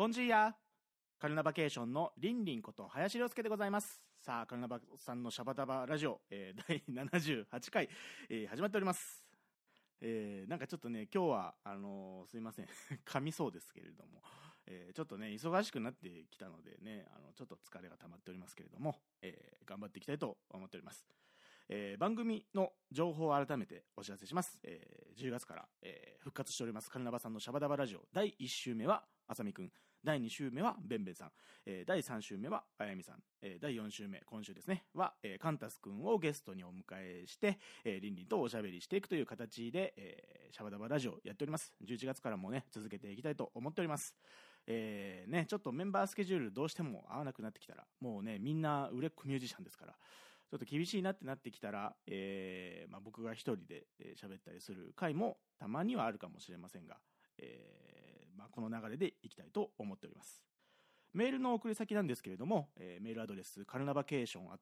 ボンジーヤカルナバケーションのリンリンこと林亮介でございます。さあ、カルナバさんのシャバダバラジオ、第78回、始まっております。なんかちょっとね、今日はすいません噛みそうですけれども、ちょっとね忙しくなってきたのでね、ちょっと疲れが溜まっておりますけれども、頑張っていきたいと思っております。番組の情報を改めてお知らせします。10月から、復活しておりますカルナバさんのシャバダバラジオ、第1週目はあさみくん、第2週目はベンベンさん、第3週目はあやみさん、第4週目、今週ですねは、カンタスくんをゲストにお迎えして、リンリンとおしゃべりしていくという形で、シャバダバラジオやっております。11月からもね続けていきたいと思っております。ね、ちょっとメンバースケジュールどうしても合わなくなってきたら、もうねみんな売れっ子ミュージシャンですから、ちょっと厳しいなってなってきたら、僕が一人で喋ったりする回もたまにはあるかもしれませんが、この流れでいきたいと思っております。メールの送り先なんですけれども、メールアドレスカルナバケーション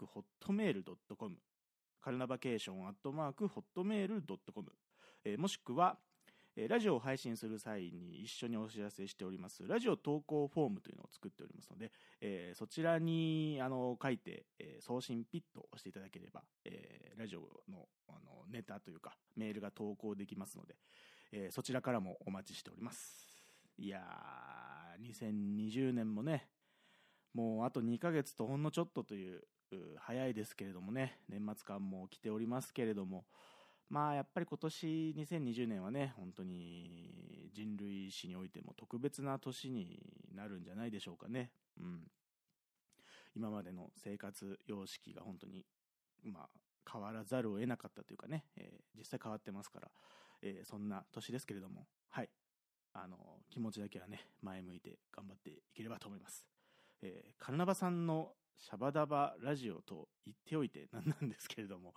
@hotmail.com カルナバケーション@hotmail.com、もしくはラジオを配信する際に一緒にお知らせしておりますラジオ投稿フォームというのを作っておりますので、そちらに書いて、送信ピッと押していただければ、ラジオの、ネタというかメールが投稿できますので、そちらからもお待ちしております。いやー、2020年もねもうあと2ヶ月とほんのちょっとという早いですけれどもね、年末感も来ておりますけれども、やっぱり今年2020年はね本当に人類史においても特別な年になるんじゃないでしょうかね。今までの生活様式が本当に変わらざるを得なかったというかね、実際変わってますから、そんな年ですけれども、はい、気持ちだけはね前向いて頑張っていければと思います。カルナバさんのシャバダバラジオと言っておいてなんなんですけれども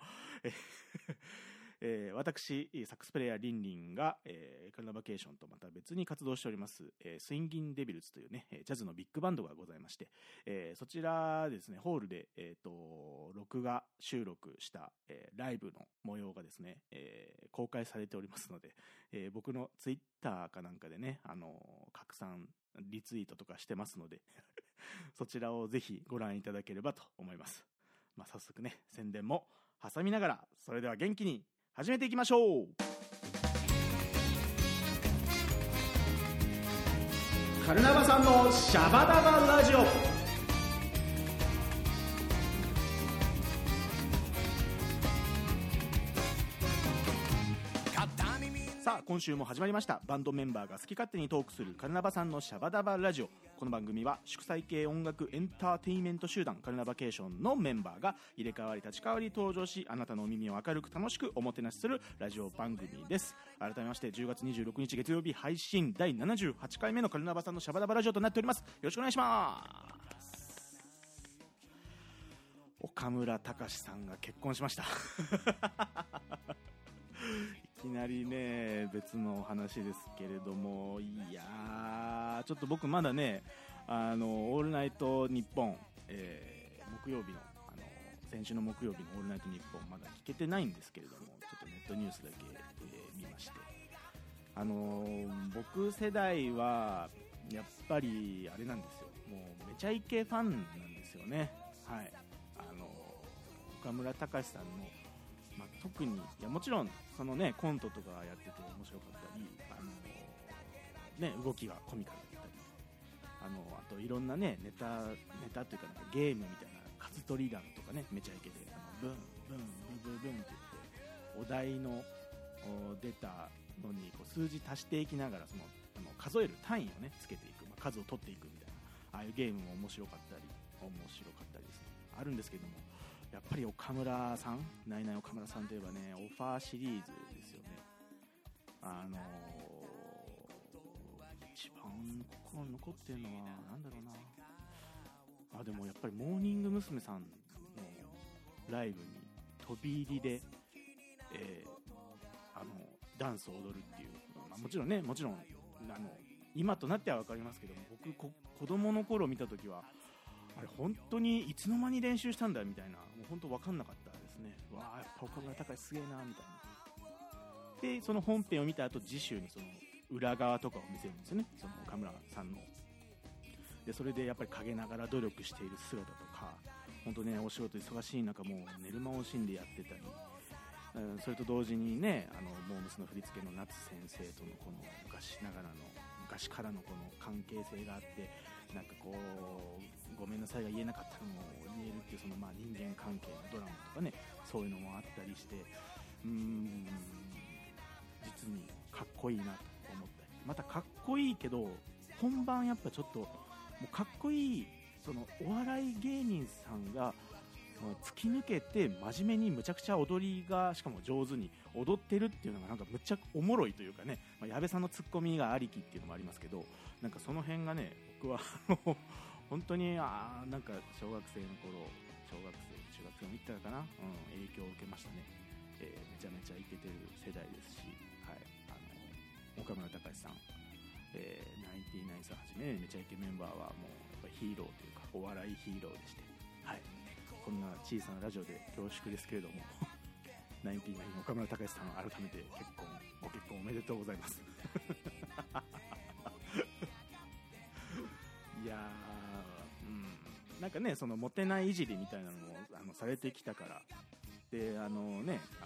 私サックスプレイヤーリンリンが、カルナバケーションとまた別に活動しております、スインギンデビルズというねジャズのビッグバンドがございまして、そちらですねホールで、録画収録した、ライブの模様がですね、公開されておりますので、僕のツイッターかなんかでね拡散リツイートとかしてますのでそちらをぜひご覧いただければと思います。早速ね宣伝も挟みながら、それでは元気に始めていきましょう。カルナバさんのシャバダバラジオ。さあ今週も始まりました。バンドメンバーが好き勝手にトークするカルナバさんのシャバダバラジオ。この番組は祝祭系音楽エンターテインメント集団カルナバケーションのメンバーが入れ替わり立ち替わり登場し、あなたのお耳を明るく楽しくおもてなしするラジオ番組です。改めまして10月26日月曜日配信第78回目のカルナバさんのシャバダバラジオとなっております。よろしくお願いします。岡村隆史さんが結婚しましたいきなりね別の話ですけれども、いやーちょっと僕まだねオールナイトニッポン、木曜日の先週の木曜日のオールナイトニッポンまだ聞けてないんですけれども、ちょっとネットニュースだけ、見まして、僕世代はやっぱりあれなんですよ、もうめちゃイケファンなんですよね。はい、岡村隆史さんの特にもちろんそのねコントとかやってて面白かったり、動きがコミカルだったり、あといろんなねネタというかゲームみたいな数取り弾とかねめちゃイケでブンブンブンブンブンって言ってお題の出たのにこう数字足していきながらその数える単位をねつけていく、数を取っていくみたいな、ああいうゲームも面白かったりですねあるんですけども、やっぱり岡村さん、ナイナイ岡村さんといえばねオファーシリーズですよね。一番心に残ってるのはなんだろうな、でもやっぱりモーニング娘。さんのライブに飛び入りで、ダンスを踊るっていう、もちろん今となっては分かりますけども、僕子供の頃見た時はあれ本当にいつの間に練習したんだみたいな、もう本当分かんなかったですね。わあやっぱ岡村隆史すげえなみたいな。でその本編を見た後次週にその裏側とかを見せるんですよね、その岡村さんのでそれでやっぱり陰ながら努力している姿とか、本当ねお仕事忙しい中もう寝る間を惜しんでやってたり、それと同時にねモームスの振り付けの夏先生とのこの昔からのこの関係性があって、なんかこうごめんなさいが言えなかったのも言えるっていうその人間関係のドラマとかね、そういうのもあったりして、実にかっこいいなと思ったり、またかっこいいけど本番やっぱちょっともうかっこいい、そのお笑い芸人さんが突き抜けて真面目にむちゃくちゃ踊りがしかも上手に踊ってるっていうのがなんかむっちゃおもろいというかね、矢部さんのツッコミがありきっていうのもありますけど、なんかその辺がね僕は本当になんか小学生の頃、中学生も行ったかな、影響を受けましたね。めちゃめちゃイケてる世代ですし、はい、岡村隆史さん、ナインティナインさんはじめめちゃイケメンバーはもうやっぱりヒーローというかお笑いヒーローでして、はい、こんな小さなラジオで恐縮ですけれどもナインティナイン岡村隆史さん改めてご結婚おめでとうございますいやー、なんかねそのモテないいじりみたいなのもされてきたからで、その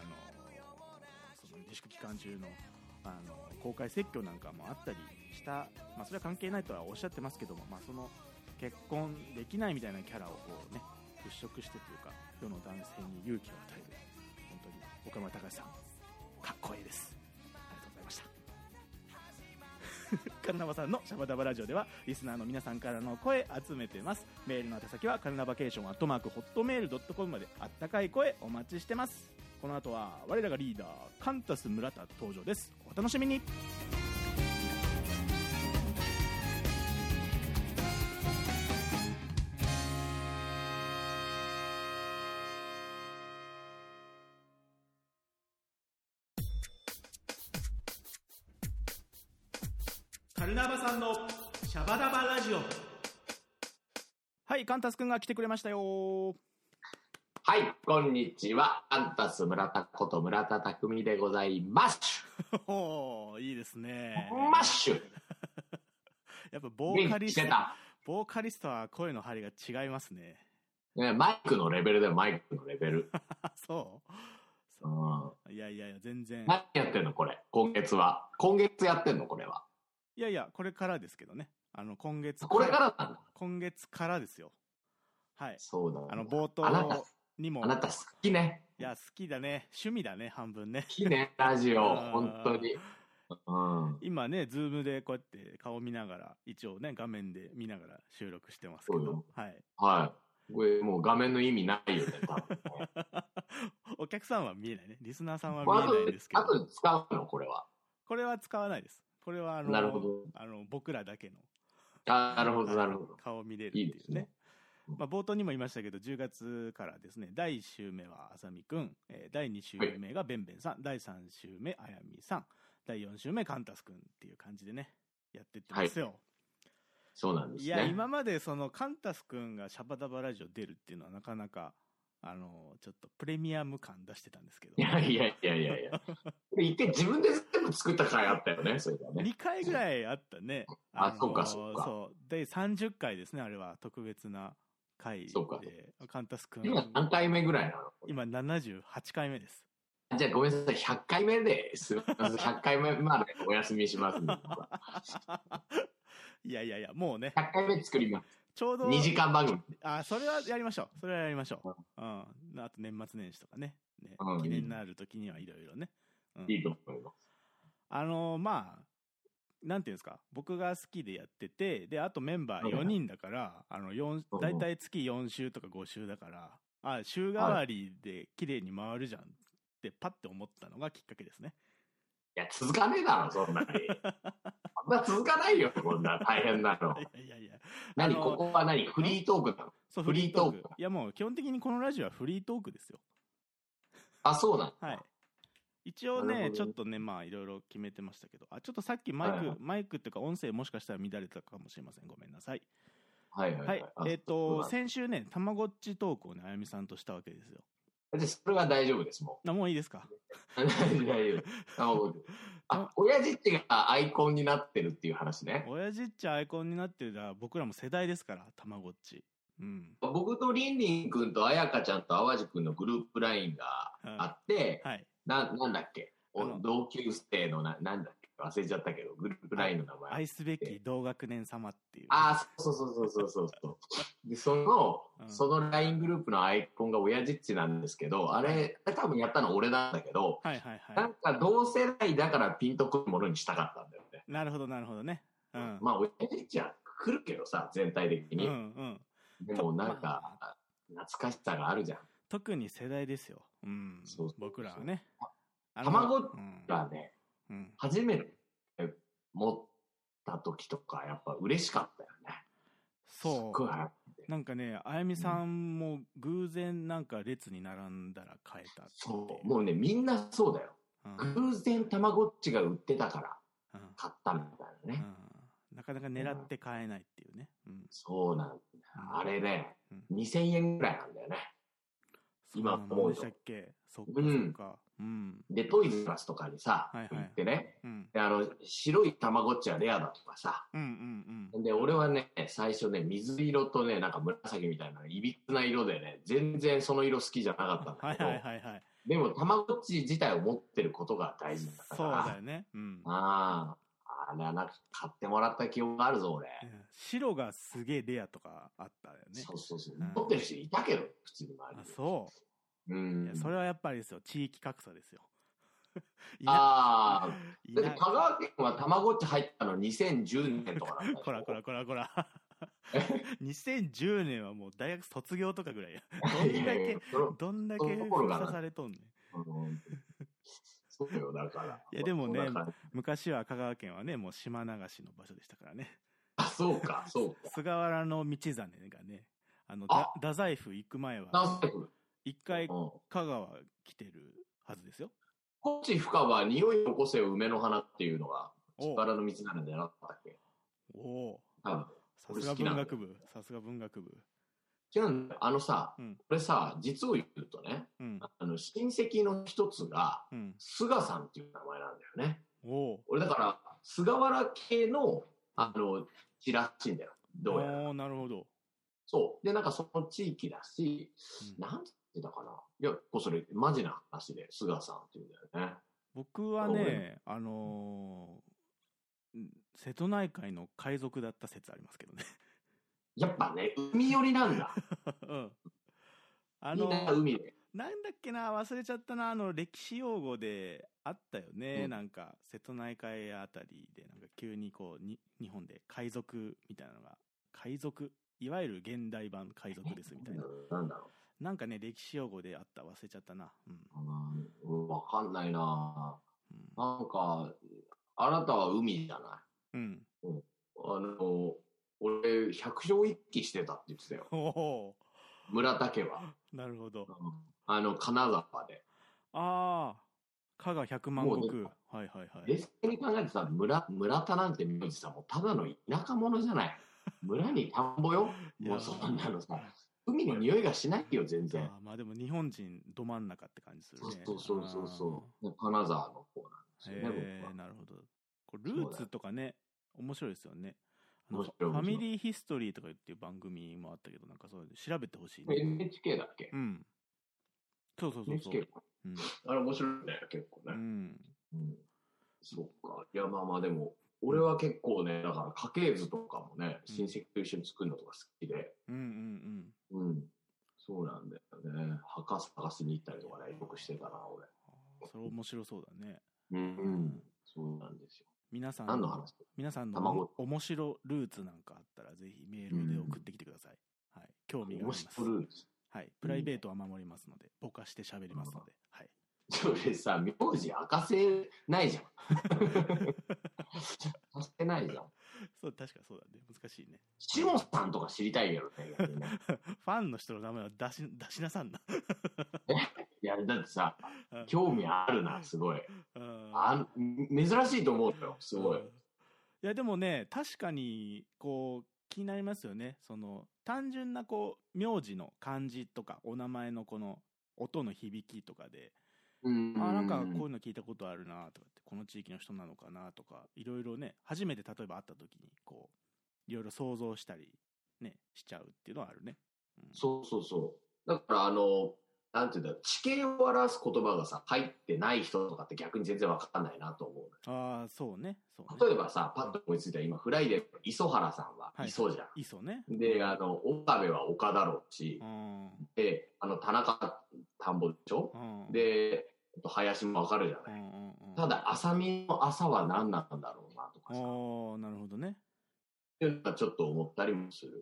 自粛期間中の公開説教なんかもあったりした、それは関係ないとはおっしゃってますけども、その結婚できないみたいなキャラをこうね払拭してというか世の男性に勇気を与える、本当に岡村隆史さんかっこいいです。ありがとうございましたカルナバさんのシャバダバラジオではリスナーの皆さんからの声集めてます。メールの宛先はカルナバケーション@hotmail.com まで、あったかい声お待ちしてます。この後は我らがリーダーカンタス村田登場です。お楽しみに。カルナバさんのシャバダバラジオ。はい、カンタスくんが来てくれましたよ。 はい、こんにちは。カンタス村田こと村田匠でございます。 おー、いいですね。 マッシュやっぱボーカリストは声の張りが違いますね。 ね、マイクのレベルだよ、マイクのレベル。 そう、いや全然。 何やってんのこれ、今月は。今月やってんのこれは。 いやこれからですけどね。今月これからなんだ。 今月からですよ。はい。 そうだ。 冒頭にも。 あなた好きね。 いや好きだね。趣味だね、半分ね。 好きね、ラジオ本当に。 今ね、ズームでこうやって顔見ながら、一応ね画面で見ながら収録してますけど、 はい。これもう画面の意味ないよね、多分ね。 お客さんは見えないね。リスナーさんは見えないんですけど。 後で使うのこれは。 これは使わないです。これはなるほど。 僕らだけの。 なるほどなるほど。 顔見れるっていうね。冒頭にも言いましたけど、10月からですね、第1週目はあさみくん、第2週目がべんべんさん、第3週目あやみさん、第4週目カンタスくんっていう感じでねやってってますよ。 そうなんですね。 いや今までそのカンタスくんがシャバダバラジオ出るっていうのはなかなかちょっとプレミアム感出してたんですけど。 いや一回自分で全部作った回あったよね、それがね。 2回ぐらいあったね。 そうかそうで30回ですね、あれは特別な回で。カンタスくん今何回目ぐらいなの？ 今78回目です。 じゃあごめんなさい、100回目です。100回目までお休みします、ね。 いやもうね。 100回目作ります。 ちょうど 2時間番組。 それはやりましょう。あと年末年始とかね。記念になる時にはいろいろね。 いいと思います。 なんていうんですか、僕が好きでやってて、であとメンバー4人だから、だいたい月4週とか5週だから、週替わりで綺麗に回るじゃんってパッて思ったのがきっかけですね。 いや続かねえだろそんなに。そんな続かないよ、こんな大変なの。何ここは何フリートークなの？ そう、フリートーク。いやもう基本的にこのラジオはフリートークですよ。 そうなんだ。 はい。一応ねちょっとねいろいろ決めてましたけど、ちょっとさっきマイクっていうか音声もしかしたら乱れたかもしれません。ごめんなさい。先週ねたまごっちトークをねあやみさんとしたわけですよ。 それは大丈夫です。もういいですか？ 大丈夫。 親父っちがアイコンになってるっていう話ね。 親父っちアイコンになってるだ、僕らも世代ですから、たまごっち。うん。 僕とりんりんくんとあやかちゃんと淡路くんのグループラインがあって、 はい。 なんだっけ、同級生のなんだっけ、忘れちゃったけど、グループラインの名前。 愛すべき同学年様っていう。 で、その LINE グループのアイコンが親父っちなんですけど、あれ多分やったの俺なんだけど、なんか同世代だからピンとくるものにしたかったんだよね。 なるほどね。 うん。まあ、親父っちは来るけどさ、全体的に。でもなんか、懐かしさがあるじゃん。 特に世代ですよ。うん。僕らはね。 たまごっちがね、初めて持った時とか、やっぱ嬉しかったよね。 そう。すっごい早くて。なんかね、あやみさんも偶然なんか列に並んだら買えたって。 そう。もうね、みんなそうだよ。偶然たまごっちが売ってたから買ったみたいなね。 なかなか狙って買えないっていうね。 そうなんだ。あれね、2000円ぐらいなんだよね。今思うと。 そっか。 で、トイズラスとかにさ、行ってね、白いたまごっちはレアだとかさ。で、俺はね、最初ね、水色とね、なんか紫みたいな、いびつな色でね、全然その色好きじゃなかったんだけど、でも、たまごっち自体を持ってることが大事だから。 そうだよね。 あれはなんか買ってもらった記憶があるぞ、俺。 白がすげえレアとかあったよね。 そう。持ってる人いたけど、普通に周りに。 そう。それはやっぱりですよ。地域格差ですよ。 だって香川県はたまごっち入ったの2010年とかなんだよ。 こら。2010年はもう大学卒業とかぐらいや。どんだけ封鎖されとんねん。 そうよ、だから。 いや、でもね、昔は香川県はね、もう島流しの場所でしたからね。 そうか。 菅原道真がね、太宰府行く前は、一回香川来てるはずですよ。 こっち深は匂いを起こせよ梅の花っていうのが菅原道真でなかったっけ？ さすが文学部。違うんだよ。 これさ、実を言うとね、親戚の一つが、菅さんっていう名前なんだよね。俺だから、菅原系の、地らしいんだよ。どうやら。 なるほど。 そう。で、なんかその地域だし、なんて言ったかな。いや、それ、マジな話で、菅さんっていうんだよね。 僕はね、瀬戸内海の海賊だった説ありますけどね。 やっぱね、海寄りなんだ。みんな海で。 なんだっけな、忘れちゃったな、歴史用語であったよね。なんか、瀬戸内海あたりで、なんか急にこう、日本で海賊みたいなのが、いわゆる現代版海賊ですみたいな。 なんだろう。なんかね、歴史用語であった、忘れちゃったな。 わかんないな。なんか、あなたは海じゃない。俺、百姓一揆してたって言ってたよ。村田家は。 なるほど。 金沢で。 加賀百万石。 冷静に考えてさ、村田なんて名字さ、もうただの田舎者じゃない。村に田んぼよ。もうそんなのさ、海の匂いがしないよ、全然。 まあでも日本人ど真ん中って感じするね。 そう。金沢の方なんですよね、僕は。 なるほど。これルーツとかね、面白いですよね。ファミリーヒストリーとか言っていう番組もあったけど、なんかそういうの調べてほしいね。 NHK だっけ？ そう。 あれ面白いね、結構ね。そっか。いや、まあでも、俺は結構ね、だから家系図とかもね、親戚と一緒に作るのとか好きで。そうなんだよね。墓探しに行ったりとかね、よくしてたな、俺。 それ面白そうだね。 そうなんですよ。 皆さん何の話？ 皆さんの面白ルーツなんかあったら、ぜひメールで送ってきてください。はい。興味があります。 面白ルーツ？ はい。プライベートは守りますので、ぼかして喋りますので。はい。 それさ、名字明かせないじゃん。明かせないじゃん。 そう、確かそうだね。難しいね。 シモさんとか知りたいけどね。 ファンの人の名前は出しなさんな。 いや、だってさ、興味あるな、すごい。珍しいと思うよ、すごい。 いや、でもね、確かに、こう、気になりますよね。単純な、名字の漢字とか、お名前のこの、音の響きとかで、 なんかこういうの聞いたことあるなとかって、この地域の人なのかなとか、いろいろね、初めて例えば会った時にこういろいろ想像したりねしちゃうっていうのはあるね。 そうそうそう。だからなんていうんだ、地形を表す言葉がさ入ってない人とかって逆に全然わかんないなと思う。 ああ、そうね。 例えばさ、パッと思いついたら今フライデー磯原さんは磯じゃん。 磯ね。 で岡部は岡だろうし、で田中田んぼでしょ。で林もわかるじゃない。ただ浅見の朝は何なんだろうなとかさ。 なるほどね。 っていうのはちょっと思ったりもする。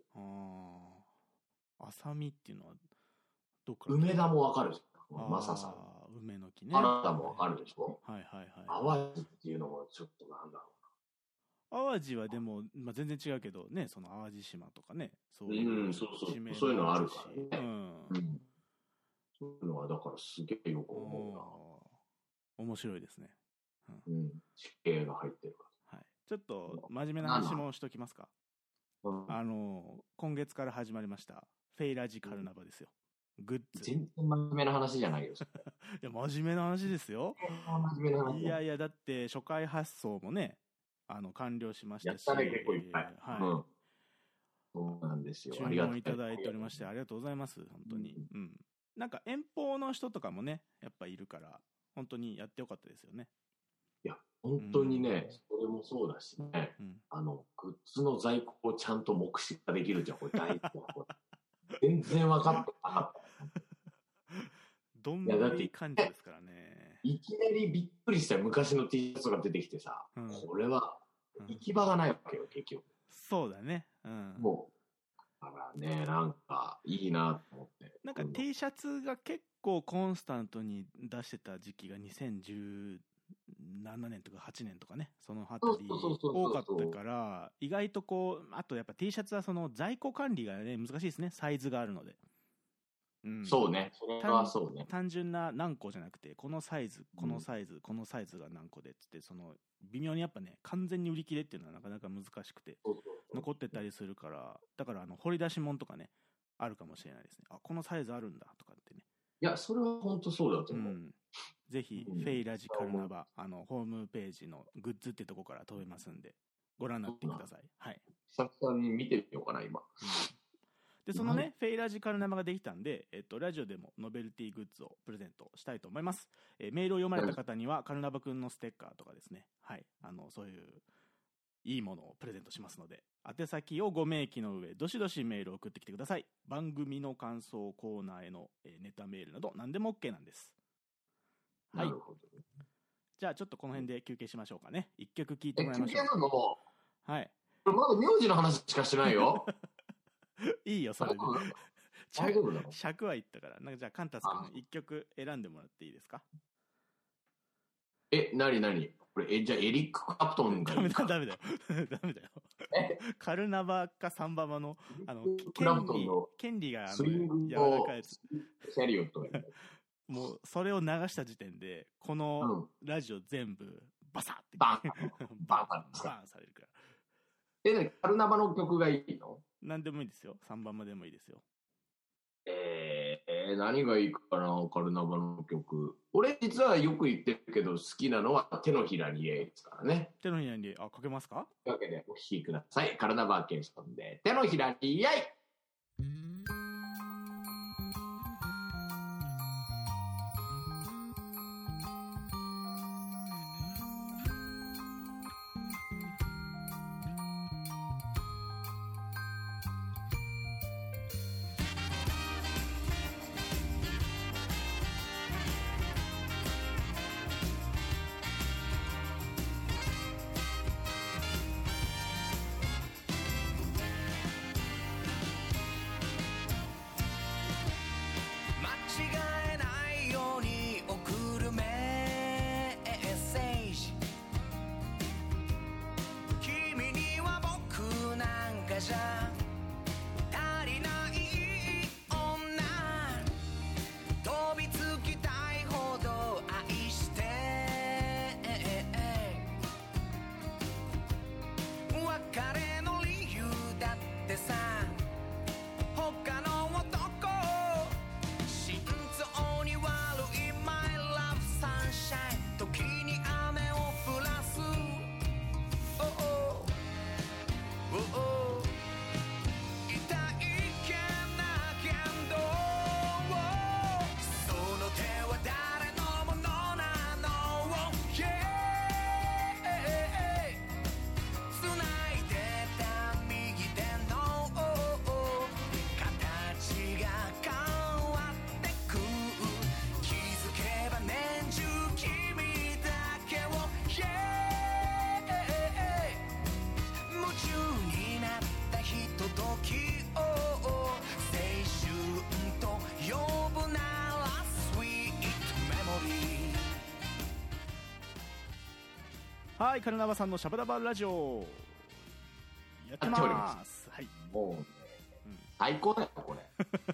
浅見っていうのはどっから？ 梅田もわかるじゃん。マサさん。 梅の木ね。 あなたもわかるでしょ。 はいはいはい。 淡路っていうのもちょっとなんだろうな。淡路はでも、全然違うけどね、その淡路島とかね、 そういうそういうのあるからね。そういうのはだからすげえよく思うな。 面白いですね。 地形が入ってるから。 はい。ちょっと真面目な話もしときますか。今月から始まりましたフェイラジカルナバですよ。グッズ。 全然真面目な話じゃないよ。 いや真面目な話ですよ。 真面目な話。 いやだって初回発送もね完了しましたし。 やったね、結構いっぱい。はい。そうなんですよ。 注文いただいておりましてありがとうございます。本当に。なんか遠方の人とかもねやっぱいるから本当にやってよかったですよね。 いや本当にね、それもそうだしね、グッズの在庫をちゃんと目視ができるじゃん、これ大事だ。全然分かってなかった。 どんな感じですからね。 いきなりびっくりしたよ、昔の T シャツが出てきてさ、これは行き場がないわけよ、結局。 そうだね。 もう、だからね、なんかいいなと思って。 なんか T シャツが結構コンスタントに出してた時期が2017年とか8年とかね、そのあたり多かったから、意外とこう、あとやっぱ T シャツはその在庫管理がね、難しいですね、サイズがあるので。 そうね、それはそうね。 単純な何個じゃなくて、このサイズ、このサイズ、このサイズが何個でっつって、その、微妙にやっぱね、完全に売り切れっていうのはなかなか難しくて、残ってたりするから、だから掘り出し物とかね、あるかもしれないですね。あ、このサイズあるんだとかってね。 いや、それは本当そうだと思う。 ぜひ、フェイラジカルナバ、ホームページのグッズってとこから飛べますんで、ご覧になってください。はい。 久々に見てみようかな、今。 で、そのね、フェイラジカルナバができたんで、ラジオでもノベルティグッズをプレゼントしたいと思います。メールを読まれた方には、カルナバくんのステッカーとかですね、はい、そういう、いいものをプレゼントしますので、宛先をご明記の上、どしどしメールを送ってきてください。番組の感想コーナーへのネタメールなど何でも OK なんです。はい。じゃあちょっとこの辺で休憩しましょうかね。一曲聴いてもらいましょう。 休憩なの？ はい。 まだ名字の話しかしてないよ。 いいよ、それで。 大丈夫だろ。 尺は言ったから。なんかじゃあ、カンタス君一曲選んでもらっていいですか？ なにこれ、じゃあエリック・クラプトンがいいか？ ダメだよ。ダメだよ。カルナバかサンババの、権利が柔らかいやつ。 シャリオットがいい。 もう、それを流した時点で、このラジオ全部、バサッて。 バンされるから。 カルナバの曲がいいの？ 何でもいいですよ。3番までもいいですよ。 何がいいかな、カルナバの曲。俺実はよく言ってるけど、好きなのは手のひらにイエイですからね。 手のひらにイエイ、かけますか？ というわけでお聴きください。カルナバーケーションで手のひらにイエイ。 はい、カルナバさんのシャバダバラジオやってます。はい。 もう、ね、最高だよこれ。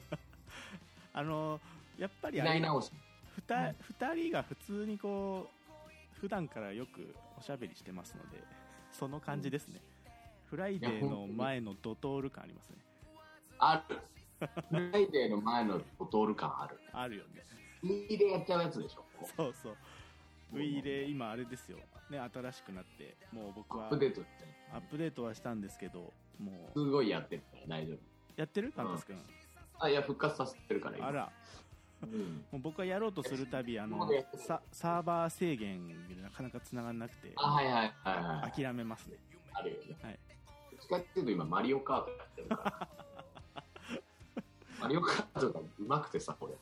やっぱり2人が普通にこう普段からよくおしゃべりしてますので、その感じですね。フライデーの前のドトール感ありますね。 ある。フライデーの前のドトール感ある。 あるよね。 ウィーレやっちゃうやつでしょ。 そうそう。ウィーレ今あれですよ。ね、新しくなってもう僕はアップデートはしたんですけど、もうすごいやってるから大丈夫。 やってるカンタス君。 いや復活させてるから今。 あら。もう僕がやろうとするたびサーバー制限でなかなか繋がんなくて、諦めますね。 あるよね。 はい。 どっちかっていうと今マリオカートやってるから。マリオカートがうまくてさこれ。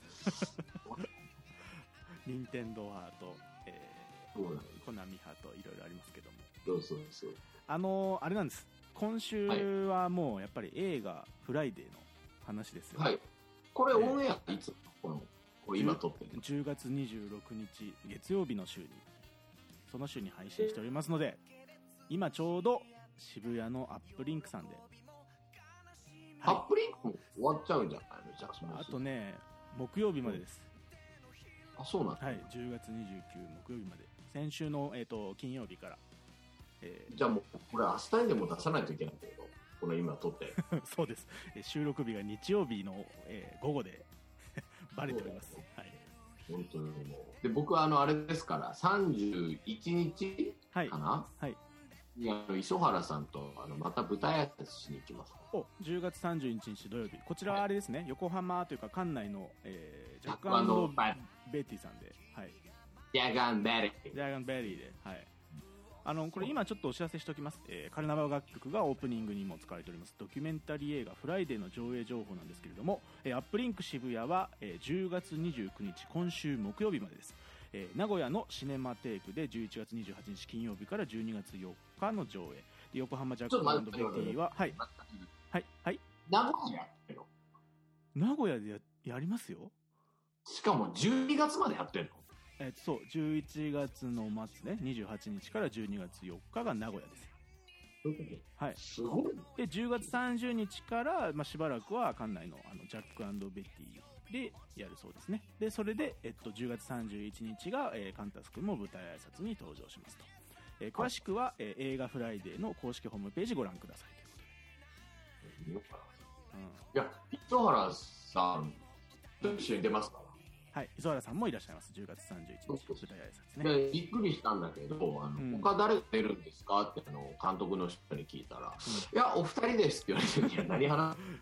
任天堂派と、コナミ派といろいろありますけども。 そうあれなんです。今週はもうやっぱり映画フライデーの話ですよ。 はい。これオンエアいつこれ今撮ってる 10月26日月曜日の週に、その週に配信しておりますので、今ちょうど渋谷のアップリンクさんで、 アップリンクも終わっちゃうんじゃないの？じゃあとね、木曜日までです。 あ、そうなんだ。 はい、10月29木曜日まで。先週の、金曜日から、 じゃあもうこれ明日にでも出さないといけないけど、この今撮ってそうです。収録日が日曜日の、午後でバレております。はい。 本当にもう。で僕はあれですから31日かな。 はい。 磯原さんとまた舞台挨拶しに行きます。 10月31日土曜日、こちらはあれですね、横浜というか館内の、ジャック&ベティさんで、はい、 ジャガンベリーで、はい、これ今ちょっとお知らせしておきます。カルナバ楽曲がオープニングにも使われておりますドキュメンタリー映画フライデーの上映情報なんですけれども、アップリンク渋谷は、10月29日今週木曜日までです。名古屋のシネマテークで11月28日金曜日から12月4日の上映で、横浜ジャック&ベティははい名古屋っての名古屋で やりますよ。 しかも12月までやってるの？ そう、11月の末ね、28日から12月4日が名古屋です。はい。 すごい。 で、10月30日から、しばらくは館内のジャック&ベティでやるそうですね。で、それで、10月31日が、カンタス君も舞台挨拶に登場しますと。詳しくは、映画フライデーの公式ホームページご覧くださいということで。 いや、磯原さんと一緒に出ますから。 はい、磯原さんもいらっしゃいます。10月31日舞台挨拶ね。でびっくりしたんだけど、他誰が出るんですかって監督の人に聞いたら、いやお二人ですって言われて、いや何話す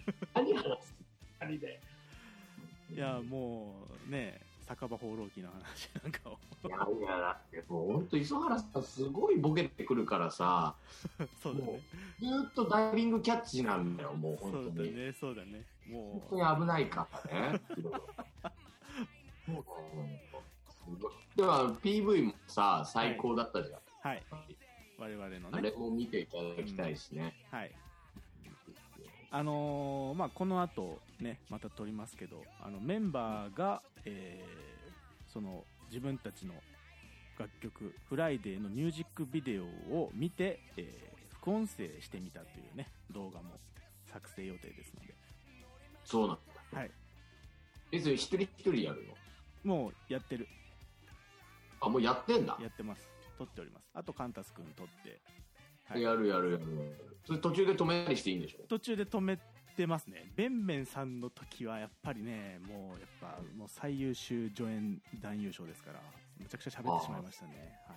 2人で。 いやもうね、酒場放浪記の話なんかをいやだってもう本当磯原さんすごいボケてくるからさそうだね、 ずっとダイビングキャッチなんだよ。もう本当にそうだねもう本当に危ないからねでは PV もさ最高だったじゃん。 はい、我々のねあれを見ていただきたいしね。 はい。この後ねまた撮りますけど、メンバーが、その自分たちの楽曲フライデーのミュージックビデオを見て、副音声してみたというね動画も作成予定ですので。 そうなんだ。 はい。 それ一人一人やるの？もうやってる。 あ、もうやってんだ。 やってます。撮っております。あとカンタス君撮って、 はい、やる。それ途中で止めたりしていいんでしょ？ 途中で止めてますね。ベンベンさんの時はやっぱりね、もう最優秀助演男優賞ですから、めちゃくちゃ喋ってしまいましたね。はい。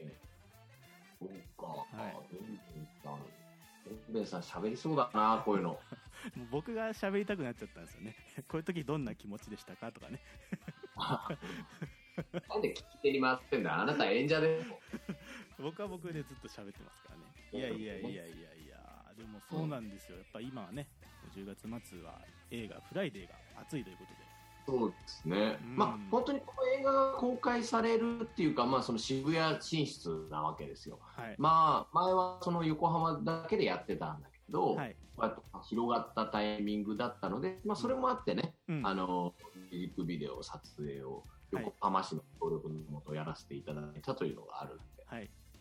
そうか。 はい。 ベンベンさん喋りそうだな、こういうの。 もう僕が喋りたくなっちゃったんですよね。こういう時どんな気持ちでしたかとかね。 なんで聞き手に回ってんだ。あなた演者で。 僕は僕でずっと喋ってますからね。いやでもそうなんですよ。やっぱ今はね10月末は映画フライデーが熱いということで。 そうですね。本当にこの映画が公開されるっていうか、その渋谷進出なわけですよ。 はい、 前はその横浜だけでやってたんだけど、 はい、 広がったタイミングだったので、それもあってね、ミュージックビデオ撮影を横浜市の協力のもとやらせていただいたというのがあるんで、 はい、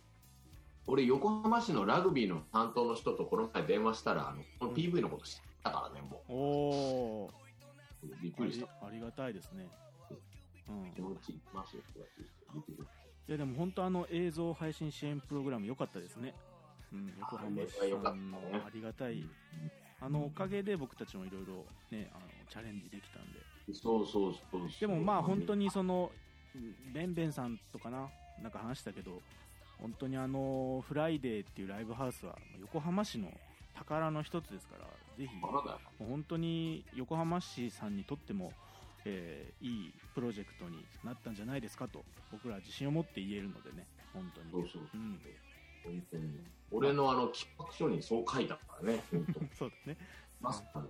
俺、横浜市のラグビーの担当の人とこの前電話したら、この PV のこと知ったからね、もう。 おー。びっくりした。 ありがたいですね。 気持ちいますよ、 いや、でも本当映像配信支援プログラム良かったですね。横浜市さんのありがたい。おかげで僕たちもいろいろね、チャレンジできたんで。 そう。 でもまあ本当にベンベンさんとかなんか話したけど、本当にフライデーっていうライブハウスは横浜市の宝の一つですから、ぜひ本当に横浜市さんにとっても、いいプロジェクトになったんじゃないですかと僕ら自信を持って言えるのでね、本当に。 そう、本当に俺の企画書にそう書いたからね。 そうだね。 マスター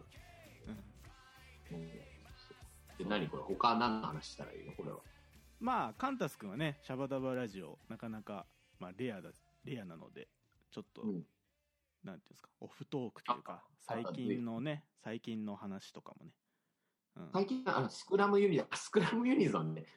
で何これ、他何の話したらいいのこれは。 まあカンタス君はね、シャバダバラジオなかなか、まあ、レアなのでちょっと、なんていうんですか、オフトークというか最近の話とかもね、 最近スクラムユニゾンね、スクラムユニゾンが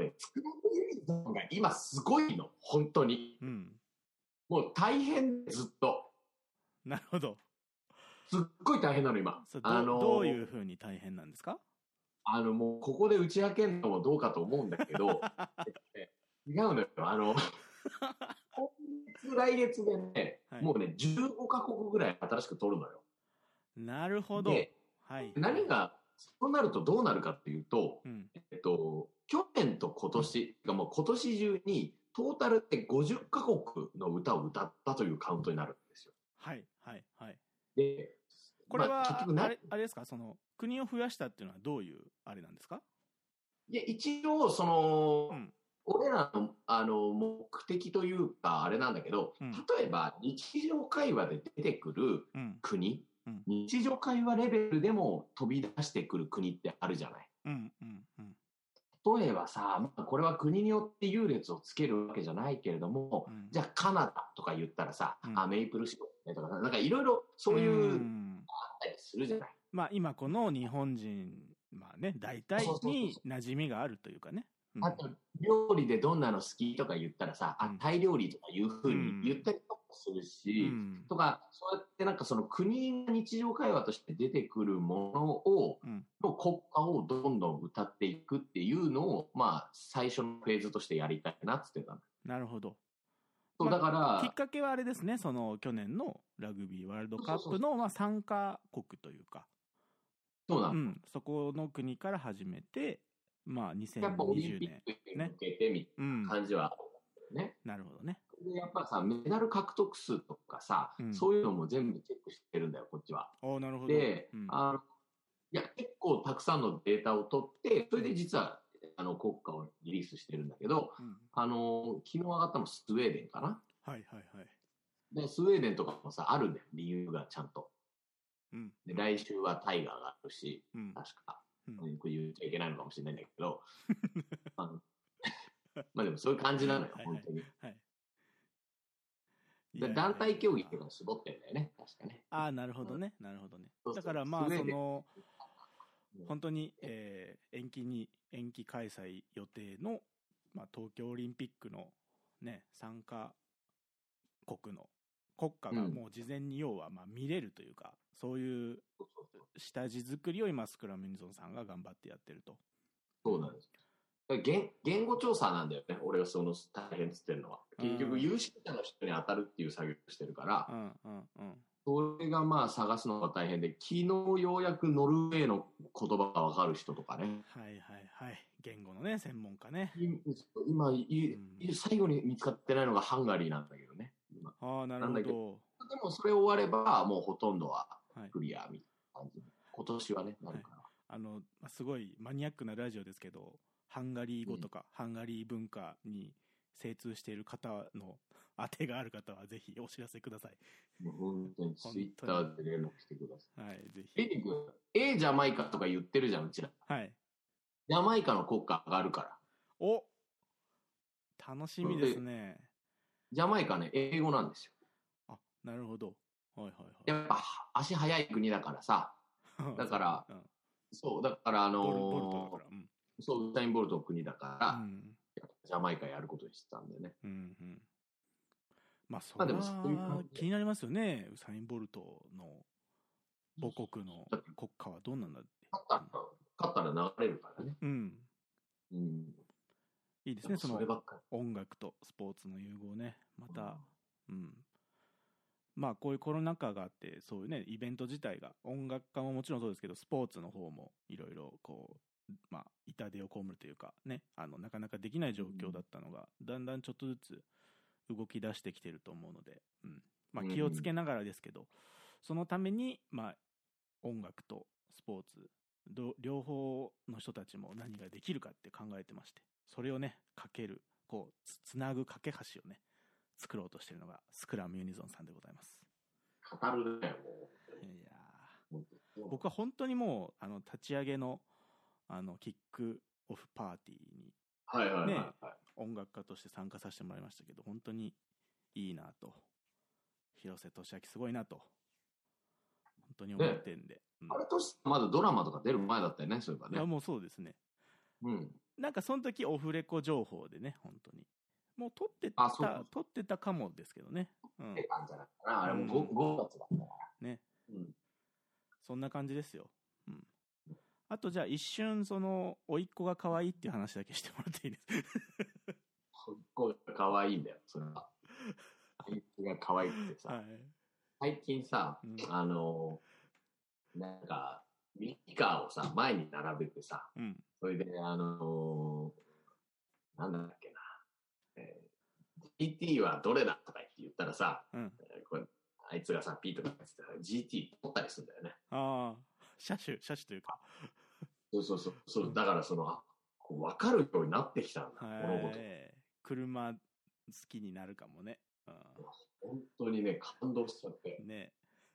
今すごいの、本当に。もう大変、ずっと。 なるほど。 すっごい大変なの、今。 どういう風に大変なんですか？ もうここで打ち明けるのもどうかと思うんだけど、違うのよ。今月来月でね、もうね、15カ国ぐらい新しく取るのよ。 なるほど。 で、何が、そうなるとどうなるかっていうと、去年と今年、もう今年中に、トータルって50カ国の歌を歌ったというカウントになるんですよ。で、 これは、結局あれですか、国を増やしたっていうのはどういうあれなんですか？ いや、一応、俺らの、目的というか、あれなんだけど、例えば、日常会話で出てくる国、日常会話レベルでも飛び出してくる国ってあるじゃない。例えばさ、これは国によって優劣をつけるわけじゃないけれども、じゃあカナダとか言ったらさ、メイプルシロップとか、なんかいろいろそういうあったりするじゃない。 まあ今この日本人、まあね、大体に馴染みがあるというかね。 あと、料理でどんなの好きとか言ったらさ、タイ料理とかいうふうに言ったりとかするし、とか、そうやってなんか国が日常会話として出てくるものを、の国歌をどんどん歌っていくっていうのを、まあ、最初のフェーズとしてやりたいなって言ってたの。 なるほど。 そうだから、 きっかけはあれですね、去年のラグビーワールドカップの参加国というか、 そうなの。 そこの国から始めて、まあ、2020年。 やっぱオリンピックに向けてみたいな感じはあるね。 なるほどね。 で、やっぱさ、メダル獲得数とかさ、そういうのも全部チェックしてるんだよ、こっちは。 なるほど。 で、いや、結構たくさんのデータを取って、それで実は、国歌をリリースしてるんだけど、昨日上がったのスウェーデンかな。で、スウェーデンとかもさ、あるんだよ、理由がちゃんと。で、来週はタイガーがあるし、確か。これ言っちゃいけないのかもしれないんだけど、まあでもそういう感じなのよ、本当に。団体競技っていうのを絞ってるんだよね、確かね。 なるほどね、なるほどね。だからまあ、本当に、延期開催予定の、まあ、東京オリンピックのね、参加国の国歌がもう事前に要はまあ見れるというか、そういう下地作りを今スクラムユニゾンさんが頑張ってやってると。 そうなんです。言語調査なんだよね、俺が大変っつってるのは。結局有識者の人に当たるっていう作業をしてるから、それがまあ探すのが大変で、昨日ようやくノルウェーの言葉がわかる人とかね。 言語のね、専門家ね。 今、最後に見つかってないのがハンガリーなんだけどね。 なるほど。でもそれ終われば、もうほとんどはクリアみたいな感じ。今年はね、なるから。 すごいマニアックなラジオですけど、ハンガリー語とか、ハンガリー文化に精通している方の当てがある方はぜひお知らせください。 もう本当にツイッターで連絡してください。 ぜひ。 ジャマイカとか言ってるじゃん、うちら。ジャマイカの国歌上がるから。 楽しみですね。 ジャマイカね、英語なんですよ。 なるほど。 やっぱ足速い国だからさ。だから、そう、だからそう、ウサイン・ボルトの国だから、ジャマイカやることにしてたんだよね。 まあ、それは気になりますよね。ウサイン・ボルトの母国の国家はどうなんだって。 勝ったら流れるからね。 うん。うん。いいですね、その音楽とスポーツの融合ね。また、うん。まあ、こういうコロナ禍があって、そういうね、イベント自体が、音楽家ももちろんそうですけど、スポーツの方もいろいろこう、まあ、痛手を被るというか、ね、なかなかできない状況だったのが、だんだんちょっとずつ動き出してきてると思うので、うん。まあ、気をつけながらですけど、そのために、まあ、音楽とスポーツ、両方の人たちも何ができるかって考えてまして、それをね、こう、つなぐ架け橋をね、作ろうとしているのがスクラムユニゾンさんでございます。 語るね、もう。いや僕は本当にもう、立ち上げの、キックオフパーティーに、ね、音楽家として参加させてもらいましたけど、本当にいいなと。広瀬俊明すごいなと。本当に思ってんで。ね、 あれとまだドラマとか出る前だったよね、そういえばね。 いや、もうそうですね。うん。なんかその時オフレコ情報でね、本当に。もう撮ってたかもですけどね。 撮ってたんじゃないかな。あれも 5月だったから。 ね。うん。そんな感じですよ。うん。あとじゃあ一瞬、甥っ子が可愛いっていう話だけしてもらっていいですか？ 甥っ子が可愛いんだよ、それは。あいつが可愛くてさ。はい、最近さ、なんか、ミニカーをさ、前に並べてさ、うん、それで、なんだっけな、GT はどれだとか言ったらさ、うん、これあいつがさ、P とか言ってたら GT 取ったりするんだよね。 ああ、車種というか。 そう、だから分かるようになってきたんだ、物事。 車好きになるかもね。 うん、本当にね、感動しちゃって。ね。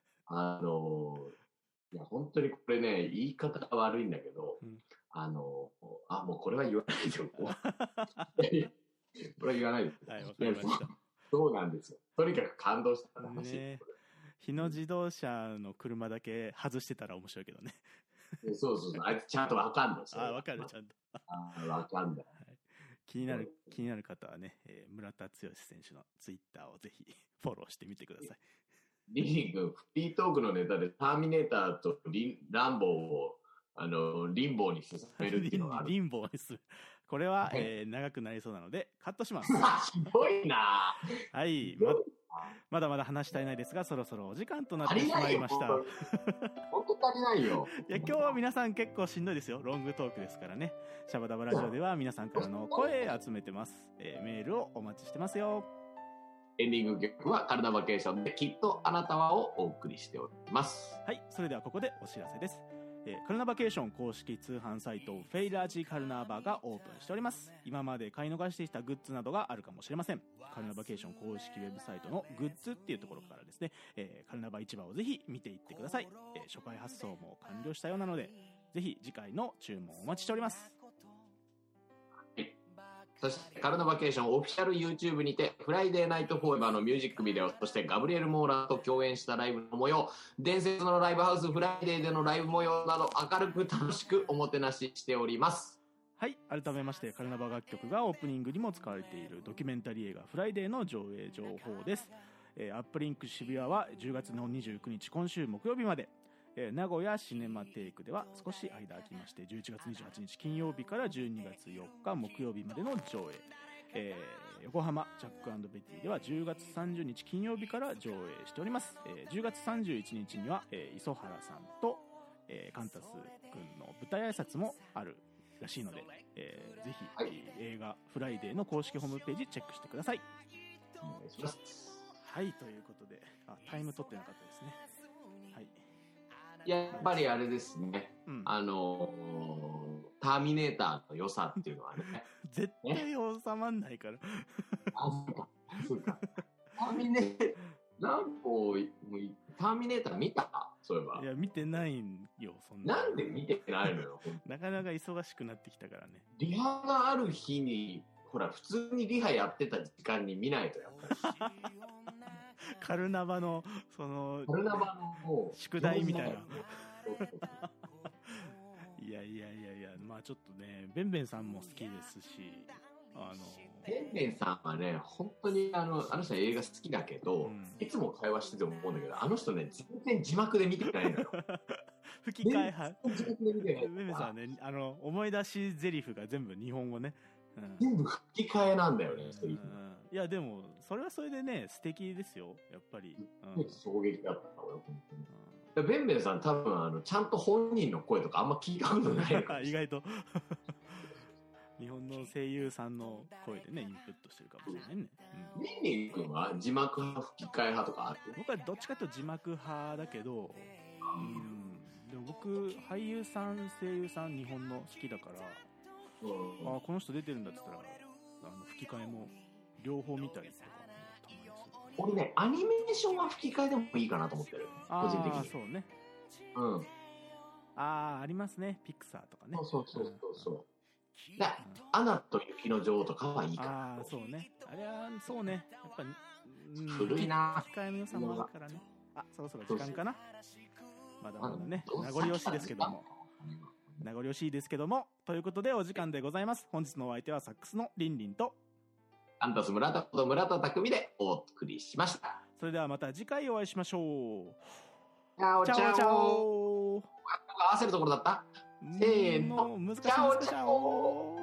いや、本当にこれね、言い方が悪いんだけど、うん、もうこれは言わないでおこう。これは言わないです。 はい、わかりました。 そうなんですよ。とにかく感動した話。ね、 日野自動車の車だけ外してたら面白いけどね。 そう。あいつちゃんとわかんない。 あ、わかる、ちゃんと。 わかんない。はい、 気になる方はね、村田剛選手のツイッターをぜひフォローしてみてください。 リリー君、フリートークのネタでターミネーターとランボーをリンボーに進めるっていうのがある。 リンボーにする。これは、長くなりそうなのでカットします。 すごいな。 はい、まだまだ話したいないですが、そろそろお時間となってしまいました。 本当足りないよ。 いや、今日は皆さん結構しんどいですよ。ロングトークですからね。シャバダバラジオでは皆さんからの声集めてます。メールをお待ちしてますよ。 エンディング曲はカルナバケーションできっとあなたはをお送りしております。 はい、それではここでお知らせです。カルナバケーション公式通販サイトフェイラージカルナーバがオープンしております。今まで買い逃していたグッズなどがあるかもしれません。カルナバケーション公式ウェブサイトのグッズっていうところからですね、カルナバ市場をぜひ見ていってください。初回発送も完了したようなので、ぜひ次回の注文お待ちしております。 そしてカルナバケーションオフィシャル YouTube にてフライデーナイトフォーエバーのミュージックビデオ、そしてガブリエル・モーラーと共演したライブの模様、伝説のライブハウスフライデーでのライブ模様など明るく楽しくおもてなししております。 はい、改めましてカルナバ楽曲がオープニングにも使われているドキュメンタリー映画フライデーの上映情報です。アップリンク渋谷は10月の29日今週木曜日まで、名古屋シネマテイクでは少し間空きまして11月28日金曜日から12月4日木曜日までの上映、横浜ジャック&ベティでは10月30日金曜日から上映しております。10月31日には、磯原さんと、カンタス君の舞台挨拶もあるらしいので、ぜひ、はい、映画フライデーの公式ホームページチェックしてください。 お願いします。 はい、ということでタイム取ってなかったですね。はい、 やっぱりあれですね、うん、ターミネーターの良さっていうのはね絶対収まんないからそうかターミネーター見た？そういえば。 いや、見てないんよ、そんな。 なんで見てないのよ。 なかなか忙しくなってきたからね。 リハがある日に、ほら、普通にリハやってた時間に見ないとやっぱり。 カルナバの、 カルナバの宿題みたいな。いや、まあちょっとね、ベンベンさんも好きですし、 ベンベンさんはね、本当にあの人は映画好きだけど、いつも会話してて思うんだけど、あの人ね、全然字幕で見てないのよ。 吹き替え派。字幕で見てない。ベンベンさんはね、思い出し台詞が全部日本語ね。 全部吹き替えなんだよね、 いや、でも、それはそれでね、素敵ですよ、やっぱり。 衝撃だったわよ、本当に。ベンベンさん多分ちゃんと本人の声とかあんま聞いたことないから意外と日本の声優さんの声でねインプットしてるかもしれないね。 リンリン君は字幕派吹き替え派とかある？ 僕はどっちかというと字幕派だけど、でも僕俳優さん声優さん日本の好きだから、あこの人出てるんだって言ったら吹き替えも両方見たりとか。 俺ね、アニメーションは吹き替えでもいいかなと思ってる。個人的に。 そうね。ありますね。ピクサーとかね。 そう。アナと雪の女王とかはいいかな。 そうね。あれは、そうね。やっぱ、 古いな。 吹き替えの良さもあるからね。そろそろ時間かな。まだまだね。名残惜しいですけども。名残惜しいですけども。ということで、お時間でございます。本日のお相手はサックスのリンリンと、 アンタス村田こと村田匠でお送りしました。 それではまた次回お会いしましょう。 チャオチャオ。 チャオ。 合わせるところだった？せーの。 難しい。チャオチャオ。